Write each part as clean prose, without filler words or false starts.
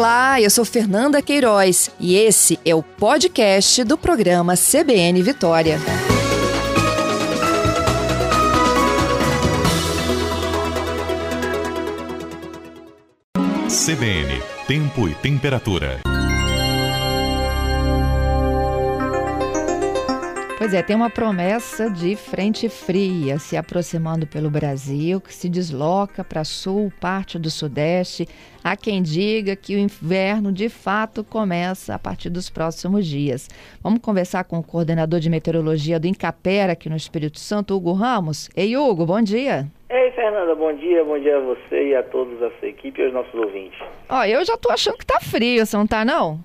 Olá, eu sou Fernanda Queiroz e esse é o podcast do programa CBN Vitória. CBN, Tempo e Temperatura. Pois é, tem uma promessa de frente fria se aproximando pelo Brasil, que se desloca para sul, parte do sudeste. Há quem diga que o inverno de fato começa a partir dos próximos dias. Vamos conversar com o coordenador de meteorologia do Incapera aqui no Espírito Santo, Hugo Ramos. Ei, Hugo, bom dia. Ei, Fernanda, bom dia a você e a todos da sua equipe e aos nossos ouvintes. Ó, eu já tô achando que tá frio, você não tá não?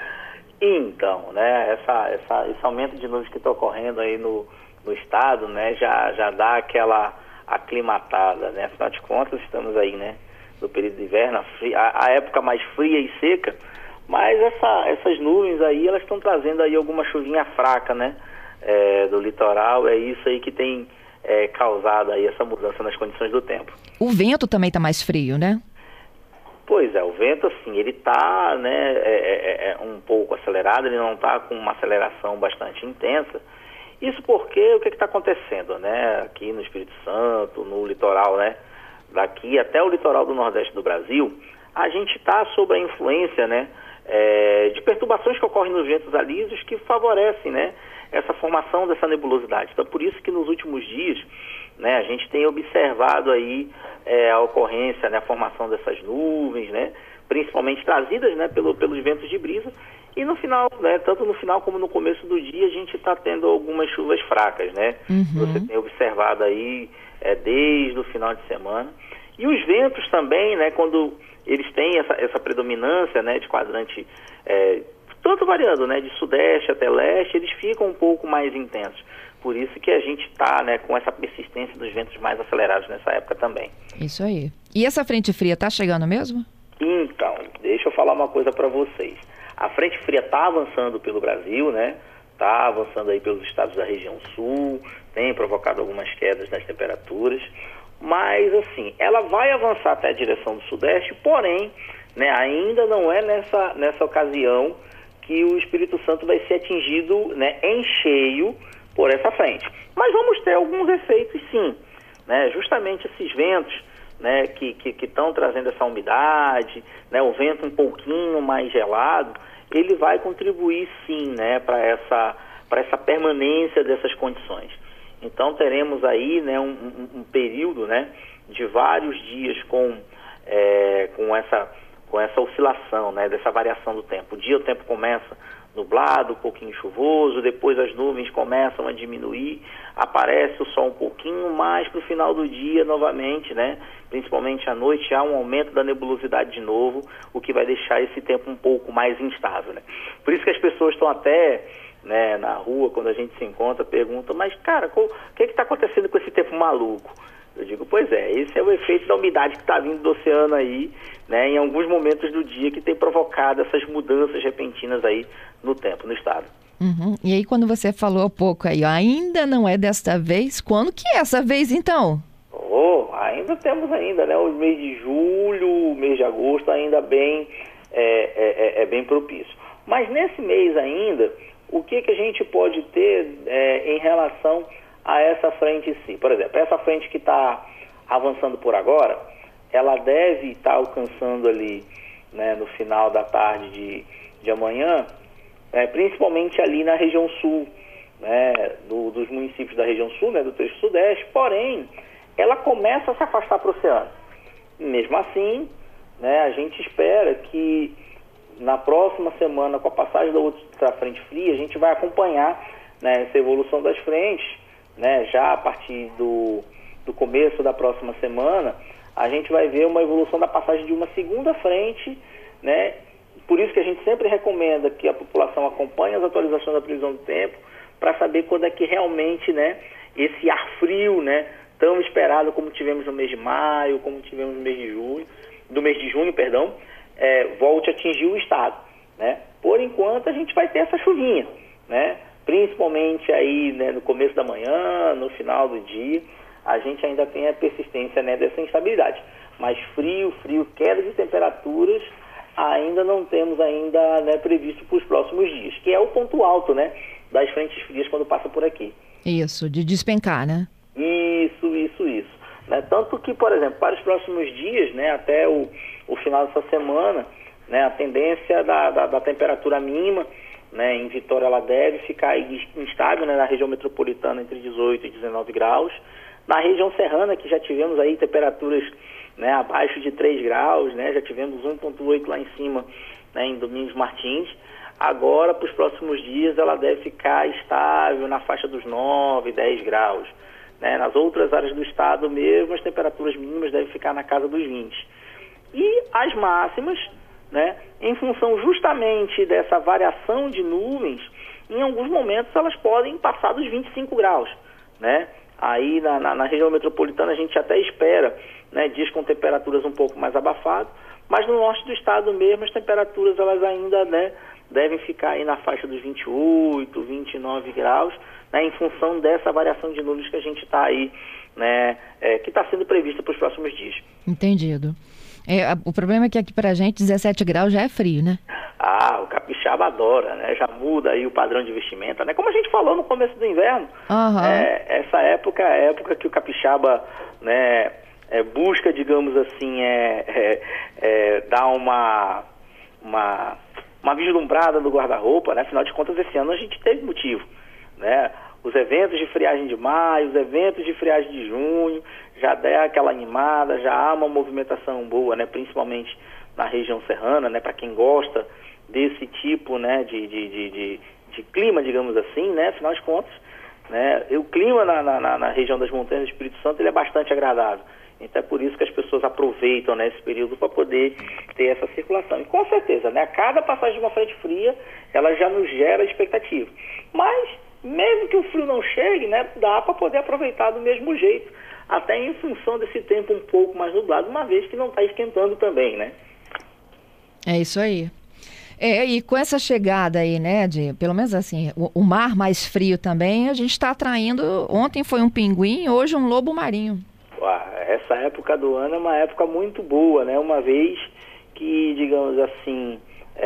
Então, né, esse aumento de nuvens que está ocorrendo aí no estado, né, já dá aquela aclimatada, né, afinal de contas estamos aí, né, no período de inverno, a época mais fria e seca, mas essas nuvens aí, elas estão trazendo aí alguma chuvinha fraca, né, do litoral, é isso aí que tem causado aí essa mudança nas condições do tempo. O vento também tá mais frio, né? Pois é, o vento, assim, ele está, né, um pouco acelerado, ele não está com uma aceleração bastante intensa. Isso porque o que está acontecendo, né, aqui no Espírito Santo, no litoral, né, daqui até o litoral do Nordeste do Brasil, a gente está sob a influência, né, de perturbações que ocorrem nos ventos alísios que favorecem, né, essa formação dessa nebulosidade. Então, por isso que nos últimos dias, né, a gente tem observado aí a ocorrência, né, a formação dessas nuvens, né, principalmente trazidas, né, pelos ventos de brisa, e no final, né, tanto no final como no começo do dia, a gente está tendo algumas chuvas fracas, né? Você tem observado aí desde o final de semana. E os ventos também, né, quando eles têm essa predominância, né, de quadrante, tanto variando, né, de sudeste até leste, eles ficam um pouco mais intensos. Por isso que a gente está, né, com essa persistência dos ventos mais acelerados nessa época também. Isso aí. E essa frente fria está chegando mesmo? Então, deixa eu falar uma coisa para vocês. A frente fria está avançando pelo Brasil, né? Está avançando aí pelos estados da região sul, tem provocado algumas quedas nas temperaturas, mas assim, ela vai avançar até a direção do sudeste, porém, né, ainda não é nessa ocasião que o Espírito Santo vai ser atingido, né, em cheio por essa frente. Mas vamos ter alguns efeitos sim, né? Justamente esses ventos, né, que estão trazendo essa umidade, né, o vento um pouquinho mais gelado, ele vai contribuir sim, né, para essa permanência dessas condições. Então teremos aí, né, um período, né, de vários dias com essa oscilação, né, dessa variação do tempo. O dia o tempo começa nublado, um pouquinho chuvoso, depois as nuvens começam a diminuir, aparece o sol um pouquinho mais para o final do dia novamente, né? Principalmente à noite há um aumento da nebulosidade de novo, o que vai deixar esse tempo um pouco mais instável, né? Por isso que as pessoas estão até, né, na rua, quando a gente se encontra, perguntam, mas cara, o que está acontecendo com esse tempo maluco? Eu digo, pois é, esse é o efeito da umidade que está vindo do oceano aí, né, em alguns momentos do dia que tem provocado essas mudanças repentinas aí no tempo, no estado. E aí quando você falou há pouco aí, ó, ainda não é desta vez, quando que é essa vez então? Ainda temos ainda, né, o mês de julho, o mês de agosto ainda bem, bem propício. Mas nesse mês ainda, o que a gente pode ter em relação a essa frente em si? Por exemplo, essa frente que está avançando por agora, ela deve estar alcançando ali, né, no final da tarde de amanhã, principalmente ali na região sul, né, dos municípios da região sul, né, do trecho sudeste, porém, ela começa a se afastar para o oceano. Mesmo assim, né, a gente espera que na próxima semana, com a passagem da outra frente fria, a gente vai acompanhar, né, essa evolução das frentes, né, já a partir do começo da próxima semana, a gente vai ver uma evolução da passagem de uma segunda frente, né? Por isso que a gente sempre recomenda que a população acompanhe as atualizações da previsão do tempo, para saber quando é que realmente, né, esse ar frio, né, tão esperado como tivemos no mês de maio, como tivemos no mês de junho, volte a atingir o estado, né? Por enquanto a gente vai ter essa chuvinha, né? Principalmente aí, né, no começo da manhã, no final do dia, a gente ainda tem a persistência, né, dessa instabilidade. Mas frio, queda de temperaturas, ainda não temos ainda, né, previsto para os próximos dias, que é o ponto alto, né, das frentes frias quando passa por aqui. Isso, de despencar, né? Isso. Né? Tanto que, por exemplo, para os próximos dias, né, até o final dessa semana, né, a tendência da temperatura mínima, né, em Vitória, ela deve ficar instável, né, na região metropolitana entre 18 e 19 graus. Na região serrana, que já tivemos aí temperaturas, né, abaixo de 3 graus, né, já tivemos 1,8 lá em cima, né, em Domingos Martins. Agora, para os próximos dias, ela deve ficar estável na faixa dos 9, 10 graus. Né? Nas outras áreas do estado mesmo, as temperaturas mínimas devem ficar na casa dos 20. E as máximas, né, em função justamente dessa variação de nuvens, em alguns momentos elas podem passar dos 25 graus. Né? Aí na região metropolitana a gente até espera, né, dias com temperaturas um pouco mais abafadas, mas no norte do estado mesmo as temperaturas elas ainda, né, devem ficar aí na faixa dos 28, 29 graus, né, em função dessa variação de nuvens que a gente está aí, né, que está sendo prevista para os próximos dias. Entendido. O problema é que aqui pra gente 17 graus já é frio, né? O capixaba adora, né? Já muda aí o padrão de vestimenta, né? Como a gente falou no começo do inverno, essa época é a época que o capixaba, né, busca, digamos assim, dar uma vislumbrada no guarda-roupa, né? Afinal de contas, esse ano a gente teve motivo, né? Os eventos de friagem de maio, os eventos de friagem de junho, já dá aquela animada, já há uma movimentação boa, né? Principalmente na região serrana, né? Para quem gosta desse tipo, né, de clima, digamos assim, né? Afinal de contas, né, o clima na região das montanhas do Espírito Santo ele é bastante agradável. Então é por isso que as pessoas aproveitam, né, esse período para poder ter essa circulação. E com certeza, né, a cada passagem de uma frente fria, ela já nos gera expectativa. Mas, mesmo que o frio não chegue, né, dá para poder aproveitar do mesmo jeito, até em função desse tempo um pouco mais nublado, uma vez que não está esquentando também, né? É isso aí. E com essa chegada aí, né, pelo menos assim, o mar mais frio também, a gente está atraindo, ontem foi um pinguim, hoje um lobo marinho. Essa época do ano é uma época muito boa, né, uma vez que, digamos assim,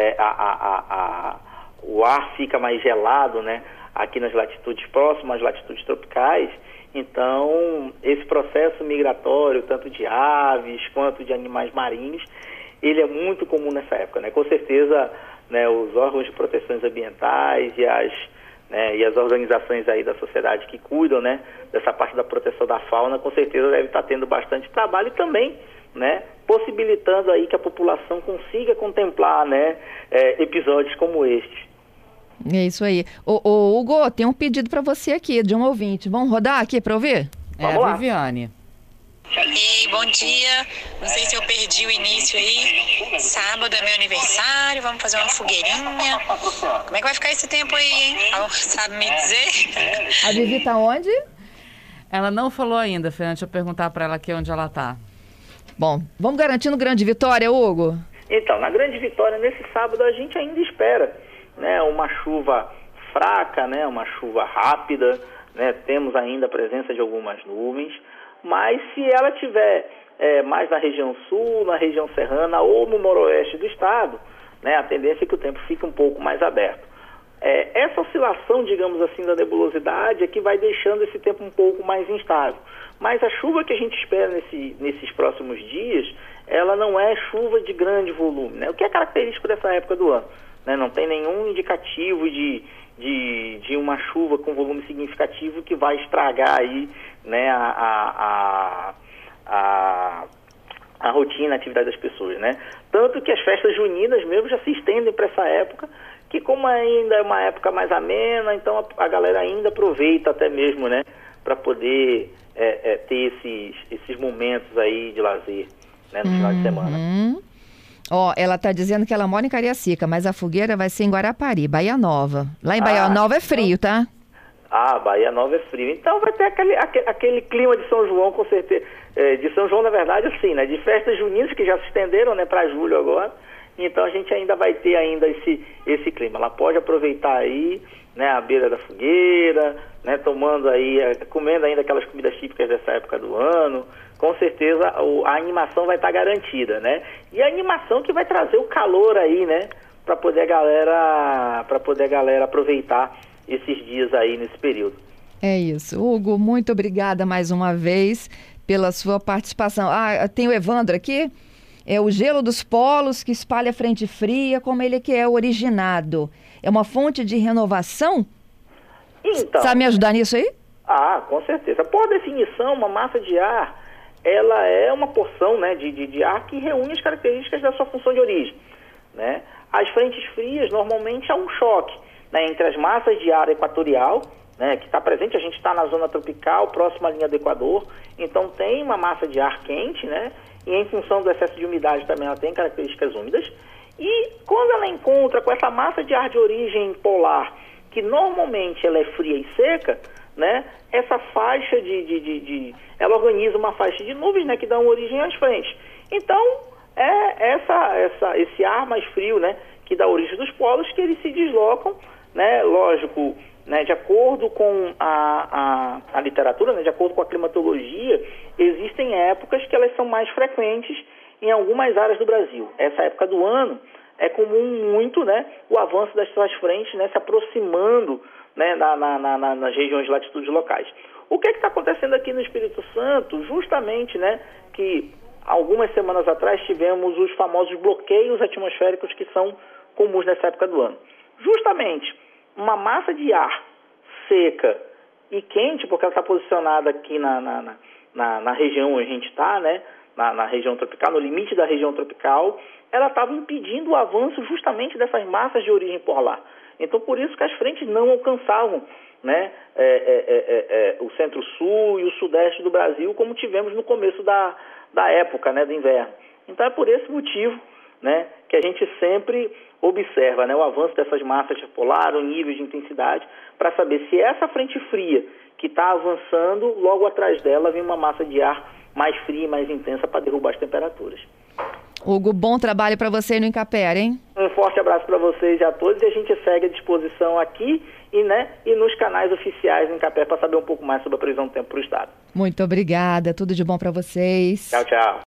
o ar fica mais gelado, né, aqui nas latitudes próximas, às latitudes tropicais, então esse processo migratório, tanto de aves quanto de animais marinhos, ele é muito comum nessa época, né? Com certeza, né, os órgãos de proteções ambientais e as organizações aí da sociedade que cuidam, né, dessa parte da proteção da fauna, com certeza deve estar tendo bastante trabalho e também, né, possibilitando aí que a população consiga contemplar, né, episódios como este. É isso aí. Ô, Hugo, tem um pedido para você aqui, de um ouvinte. Vamos rodar aqui para ouvir? Vamos lá. Viviane. Ei, bom dia. Não sei se eu perdi o início aí. Sábado é meu aniversário, vamos fazer uma fogueirinha. Como é que vai ficar esse tempo aí, hein? Sabe me dizer? A Vivi tá onde? Ela não falou ainda, Fernanda. Deixa eu perguntar para ela aqui onde ela tá. Bom, vamos garantindo grande vitória, Hugo? Então, na grande vitória, nesse sábado, a gente ainda espera, né, uma chuva fraca, né, uma chuva rápida, né, temos ainda a presença de algumas nuvens, mas se ela tiver mais na região sul, na região serrana ou no noroeste do estado, né, a tendência é que o tempo fique um pouco mais aberto. Essa oscilação, digamos assim, da nebulosidade é que vai deixando esse tempo um pouco mais instável. Mas a chuva que a gente espera nesses próximos dias, ela não é chuva de grande volume, né, o que é característico dessa época do ano. Né, não tem nenhum indicativo de uma chuva com volume significativo que vai estragar aí, né, a rotina, a atividade das pessoas, né? Tanto que as festas juninas mesmo já se estendem para essa época, que como ainda é uma época mais amena, então a galera ainda aproveita até mesmo, né, para poder ter esses momentos aí de lazer, né, no final de semana. Ela tá dizendo que ela mora em Cariacica, mas a fogueira vai ser em Guarapari, Bahia Nova. Lá em Bahia Nova é frio, tá? Bahia Nova é frio. Então vai ter aquele clima de São João, com certeza. De São João, na verdade, assim, né? De festas juninas que já se estenderam, né, para julho agora. Então a gente ainda vai ter ainda esse clima. Ela pode aproveitar aí, né, a beira da fogueira, né, tomando aí, comendo ainda aquelas comidas típicas dessa época do ano. Com certeza a animação vai estar garantida, né? E a animação que vai trazer o calor aí, né, para poder a galera aproveitar esses dias aí nesse período. É isso. Hugo, muito obrigada mais uma vez pela sua participação. Tem o Evandro aqui. É o gelo dos polos que espalha frente fria, como ele que é originado. É uma fonte de renovação? Então, sabe me ajudar nisso aí? Com certeza. Por definição, uma massa de ar, ela é uma porção, né, de ar que reúne as características da sua função de origem, né? As frentes frias, normalmente, há um choque, né, entre as massas de ar equatorial, né, que está presente, a gente está na zona tropical, próxima à linha do Equador, então tem uma massa de ar quente, né, e em função do excesso de umidade também ela tem características úmidas, e quando ela encontra com essa massa de ar de origem polar, que normalmente ela é fria e seca, né, essa faixa ela organiza uma faixa de nuvens, né, que dão origem às frentes. Então, esse ar mais frio, né, que dá origem dos polos, que eles se deslocam, né, lógico, né, de acordo com a literatura, né, de acordo com a climatologia, existem épocas que elas são mais frequentes em algumas áreas do Brasil. Essa época do ano é comum muito, né, o avanço das suas frentes, né, se aproximando, né, nas regiões de latitudes locais. O que está acontecendo aqui no Espírito Santo? Justamente, né, que algumas semanas atrás tivemos os famosos bloqueios atmosféricos que são comuns nessa época do ano. Justamente uma massa de ar seca e quente, porque ela está posicionada aqui na região onde a gente está, né, na região tropical, no limite da região tropical, ela estava impedindo o avanço justamente dessas massas de origem polar. Então, por isso que as frentes não alcançavam, né, o centro-sul e o sudeste do Brasil, como tivemos no começo da época, né, do inverno. Então, é por esse motivo, né, que a gente sempre observa, né, o avanço dessas massas polares, o nível de intensidade, para saber se essa frente fria que está avançando, logo atrás dela vem uma massa de ar mais fria e mais intensa para derrubar as temperaturas. Hugo, bom trabalho para você no Incapera, hein? Um forte abraço para vocês e a todos, e a gente segue à disposição aqui e nos canais oficiais do Incapera para saber um pouco mais sobre a previsão do tempo para o estado. Muito obrigada, tudo de bom para vocês. Tchau, tchau.